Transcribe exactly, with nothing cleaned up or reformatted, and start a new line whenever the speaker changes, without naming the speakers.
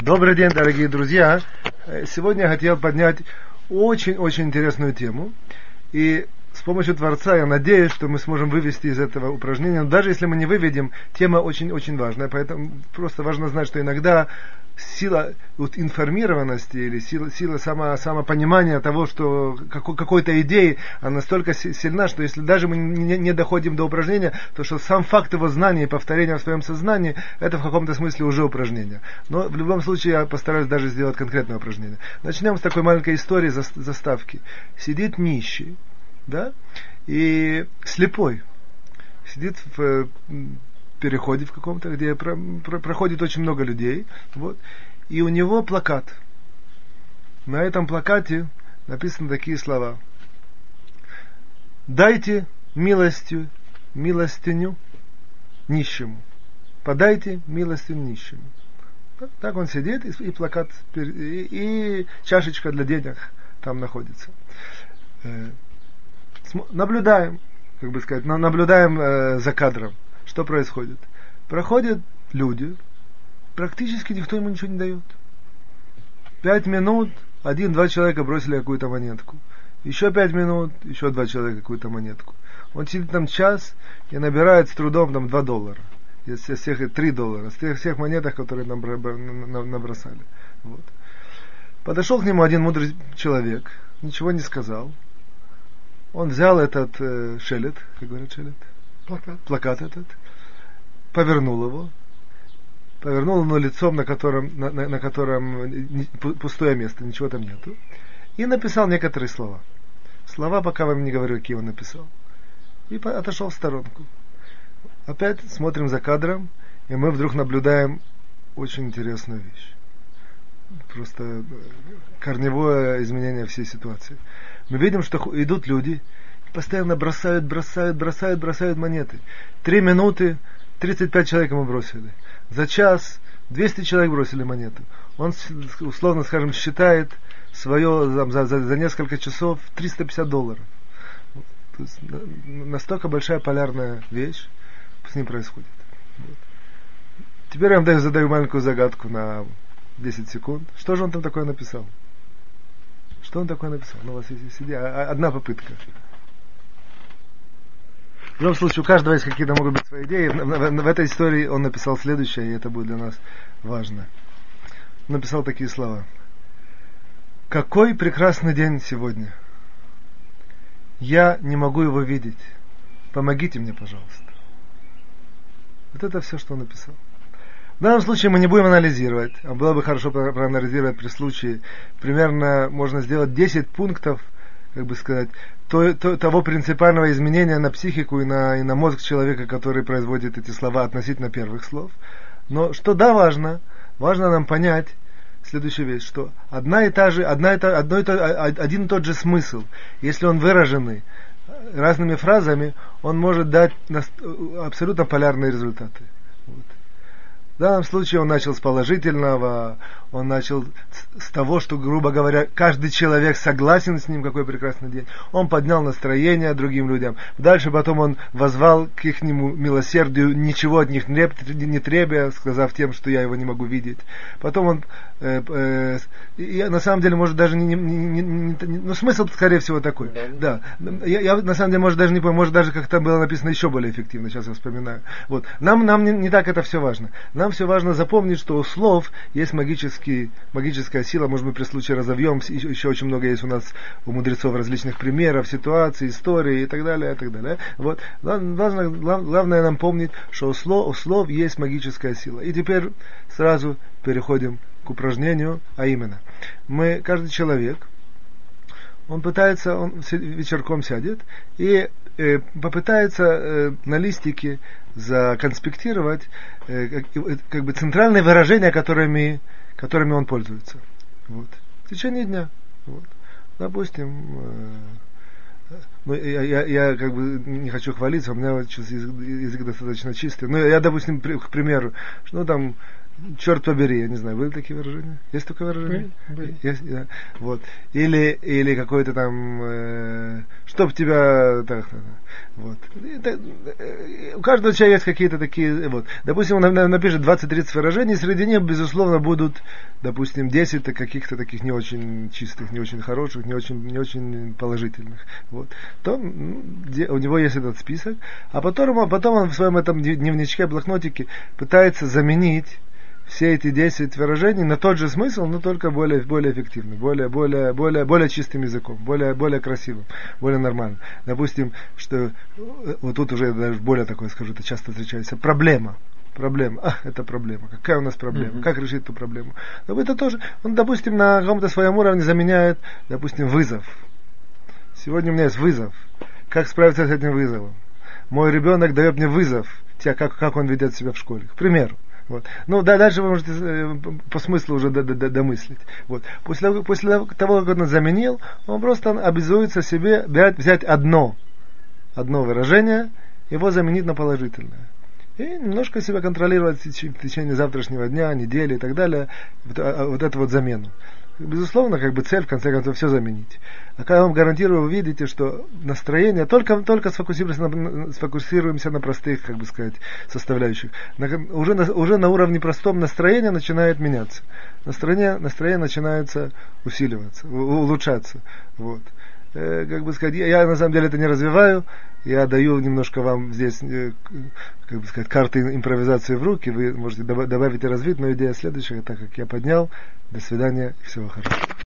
Добрый день, дорогие друзья. Сегодня я хотел поднять очень-очень интересную тему. И с помощью Творца я надеюсь, что мы сможем вывести из этого упражнения. Но даже если мы не выведем, тема очень-очень важная. Поэтому просто важно знать, что иногда сила вот, информированности или сила, сила само, самопонимания того, что какой, какой-то идеи, она настолько сильна, что если даже мы не, не доходим до упражнения, то что сам факт его знания и повторения в своем сознании, это в каком-то смысле уже упражнение. Но в любом случае я постараюсь даже сделать конкретное упражнение. Начнем с такой маленькой истории заставки. Сидит нищий, да, и слепой. Сидит в переходе в каком-то, где про, про, проходит очень много людей, вот, и у него плакат. На этом плакате написаны такие слова: «Дайте милостью, милостиню нищему, подайте милостью нищему». Так он сидит, и, и плакат, и, и чашечка для денег там находится. Наблюдаем, как бы сказать, наблюдаем э, за кадром. Что происходит? Проходят люди, практически никто ему ничего не дает. Пять минут, один-два человека бросили какую-то монетку. Еще пять минут, еще два человека какую-то монетку. Он сидит там час и набирает с трудом там два доллара. Из всех три доллара, с тех всех монеток, которые нам набросали. Вот. Подошел к нему один мудрый человек, ничего не сказал. Он взял этот э, шелет, как говорят, шелет? Плакат. Плакат этот, повернул его, повернул его лицом, на котором, на, на, на котором пустое место, ничего там нету, и написал некоторые слова. Слова пока вам не говорю, какие он написал. И отошел в сторонку. Опять смотрим за кадром, и мы вдруг наблюдаем очень интересную вещь. Просто корневое изменение всей ситуации. Мы видим, что идут люди, постоянно бросают, бросают, бросают, бросают монеты. Три минуты, тридцать пять человек ему бросили. За час двести человек бросили монету. Он, условно скажем, считает свое за, за, за несколько часов триста пятьдесят долларов. То есть, настолько большая полярная вещь с ним происходит. Вот. Теперь я вам задаю маленькую загадку на десять секунд. Что же он там такое написал? Что он такое написал? Ну, у вас есть сиди, одна попытка. В любом случае, у каждого есть какие-то могут быть свои идеи. В, в, в этой истории он написал следующее, и это будет для нас важно. Он написал такие слова: «Какой прекрасный день сегодня! Я не могу его видеть. Помогите мне, пожалуйста». Вот это все, что он написал. В данном случае мы не будем анализировать, а было бы хорошо проанализировать при случае. Примерно можно сделать десять пунктов, как бы сказать, то, то, того принципиального изменения на психику и на, и на мозг человека, который производит эти слова относительно первых слов. Но что да важно, важно нам понять следующую вещь, что одна и та же, одна и та, одно и то, один и тот же смысл, если он выраженный разными фразами, он может дать абсолютно полярные результаты. Вот. В данном случае он начал с положительного, он начал с того, что, грубо говоря, каждый человек согласен с ним, какой прекрасный день. Он поднял настроение другим людям. Дальше потом он воззвал к их милосердию, ничего от них не требуя, сказав тем, что я его не могу видеть. Потом он, э, э, я, на самом деле, может даже не, не, не, не, не ну смысл, скорее всего, такой. Да. да. Я, я на самом деле, может даже не помню, может даже как-то было написано еще более эффективно, сейчас я вспоминаю. Вот. Нам, нам не, не так это все важно. Нам все важно запомнить, что у слов есть магический, магическая сила. Может быть, при случае разовьем. Еще, еще очень много есть у нас у мудрецов различных примеров, ситуаций, историй и так далее. И так далее. Вот. Важно, главное нам помнить, что у слов, у слов есть магическая сила. И теперь сразу переходим к упражнению, а именно, мы, каждый человек, он пытается, он вечерком сядет и э, попытается э, на листике законспектировать э, как, как бы центральные выражения, которыми, которыми он пользуется. Вот. В течение дня. Вот. Допустим, э, ну, я, я, я как бы не хочу хвалиться, у меня сейчас язык, язык достаточно чистый. Но я, допустим, к примеру, ну там черт побери, я не знаю, были такие выражения? Есть такое выражение?
Были, были.
Есть, да. Вот. Или, или какой-то там, э, чтоб тебя, так, вот. Это, э, у каждого человека есть какие-то такие, вот. Допустим, он напишет двадцать-тридцать выражений, среди них, безусловно, будут, допустим, десять каких-то таких не очень чистых, не очень хороших, не очень, не очень положительных. Вот. То у него есть этот список, а потом, а потом он в своем этом дневничке, блокнотике пытается заменить все эти десять выражений на тот же смысл, но только более, более эффективно, более, более, более, более чистым языком, более, более красивым, более нормальным. Допустим, что вот тут уже даже более такое скажу, это часто встречается, проблема. Проблема. А, это проблема. Какая у нас проблема? Mm-hmm. Как решить эту проблему? Но это тоже, он, допустим, на каком-то своем уровне заменяет, допустим, вызов. Сегодня у меня есть вызов. Как справиться с этим вызовом? Мой ребенок дает мне вызов, как, как он ведет себя в школе. К примеру. Вот. Ну, да, дальше вы можете э, по смыслу уже д- д- домыслить. Вот. После, после того, как он заменил, он просто обязуется себе взять, взять одно, одно выражение, его заменить на положительное. И немножко себя контролировать в течение завтрашнего дня, недели и так далее, вот, вот эту вот замену. Безусловно, как бы цель, в конце концов, все заменить. А когда я вам гарантирую, вы видите, что настроение, только, только сфокусируемся на, сфокусируемся на простых, как бы сказать, составляющих. На, уже, на, уже на уровне простом настроение начинает меняться. Настроение, настроение начинается усиливаться, улучшаться. Вот. Э, как бы сказать, я, я на самом деле это не развиваю, я даю немножко вам здесь, э, как бы сказать, карты импровизации в руки, вы можете добавить и развить, но идея следующая, так как я поднял. До свидания и всего хорошего.